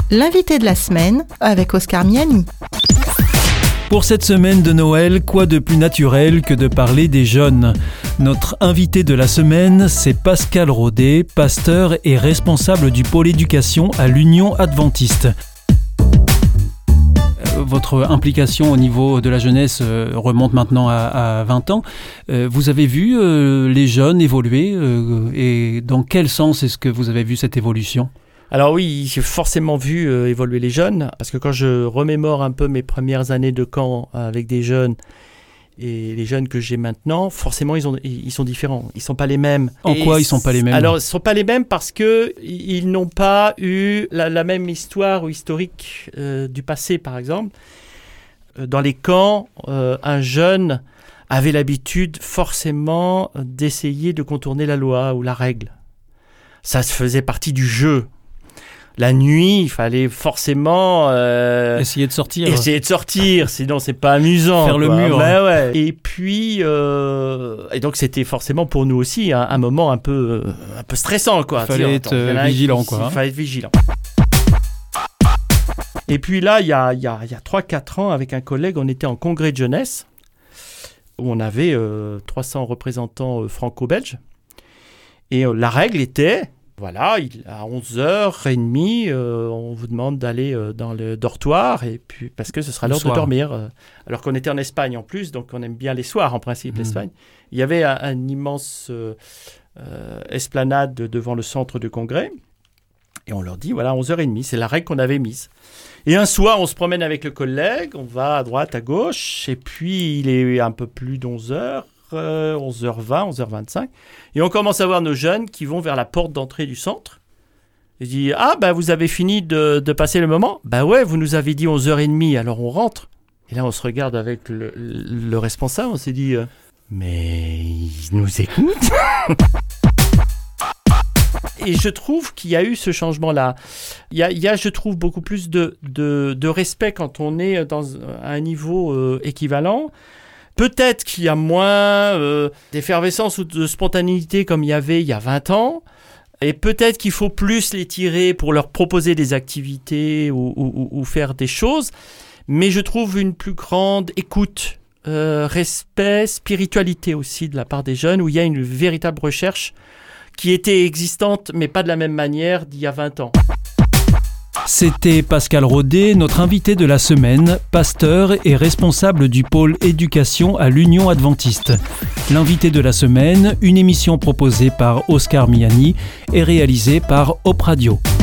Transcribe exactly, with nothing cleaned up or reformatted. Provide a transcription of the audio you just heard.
L'invité de la semaine avec Oscar Miani. Pour cette semaine de Noël, quoi de plus naturel que de parler des jeunes ? Notre invité de la semaine, c'est Pascal Rodet, pasteur et responsable du pôle éducation à l'Union adventiste. Votre implication au niveau de la jeunesse remonte maintenant à, à vingt ans. Vous avez vu euh, les jeunes évoluer euh, et dans quel sens est-ce que vous avez vu cette évolution ? Alors oui, j'ai forcément vu euh, évoluer les jeunes, parce que quand je remémore un peu mes premières années de camp avec des jeunes et les jeunes que j'ai maintenant, forcément ils, ont, ils sont différents, ils ne sont pas les mêmes. En et quoi ils ne sont pas les mêmes ? Alors ils ne sont pas les mêmes parce qu'ils n'ont pas eu la, la même histoire ou historique euh, du passé, par exemple. Dans les camps, euh, un jeune avait l'habitude forcément d'essayer de contourner la loi ou la règle. Ça se faisait partie du jeu. La nuit, il fallait forcément euh, essayer de sortir. Essayer de sortir, sinon c'est pas amusant. Faire quoi. le mur. Ben ouais. Et puis, euh, et donc c'était forcément pour nous aussi hein, un moment un peu, un peu stressant, quoi. Il fallait être attends, vigilant, quoi. Il fallait être vigilant. Et puis là, il y a, il y a, il y a trois quatre ans, avec un collègue, on était en congrès de jeunesse où on avait euh, trois cents représentants euh, franco-belges. Et euh, la règle était... Voilà, il, à onze heures trente, euh, on vous demande d'aller euh, dans le dortoir et puis, parce que ce sera le l'heure soir. de dormir. Euh, alors qu'on était en Espagne en plus, donc on aime bien les soirs en principe, mmh. l'Espagne. Il y avait un, un immense euh, euh, esplanade devant le centre de congrès et on leur dit, voilà, onze heures trente, c'est la règle qu'on avait mise. Et un soir, on se promène avec le collègue, on va à droite, à gauche, et puis il est un peu plus d'onze heures. Euh, onze heures vingt, onze heures vingt-cinq, et on commence à voir nos jeunes qui vont vers la porte d'entrée du centre. Ils disent « Ah, ben vous avez fini de, de passer le moment ?»« Ben ouais, vous nous avez dit onze heures trente, alors on rentre. » Et là, on se regarde avec le, le responsable, on s'est dit euh, « Mais ils nous écoutent ?» Et je trouve qu'il y a eu ce changement-là. Il y a, il y a je trouve, beaucoup plus de, de, de respect quand on est dans, à un niveau euh, équivalent. Peut-être qu'il y a moins euh, d'effervescence ou de spontanéité comme il y avait il y a vingt ans. Et peut-être qu'il faut plus les tirer pour leur proposer des activités ou, ou, ou faire des choses. Mais je trouve une plus grande écoute, euh, respect, spiritualité aussi de la part des jeunes, où il y a une véritable recherche qui était existante, mais pas de la même manière d'il y a vingt ans. C'était Pascal Rodet, notre invité de la semaine, pasteur et responsable du pôle éducation à l'Union adventiste. L'invité de la semaine, une émission proposée par Oscar Miani et réalisée par Op Radio.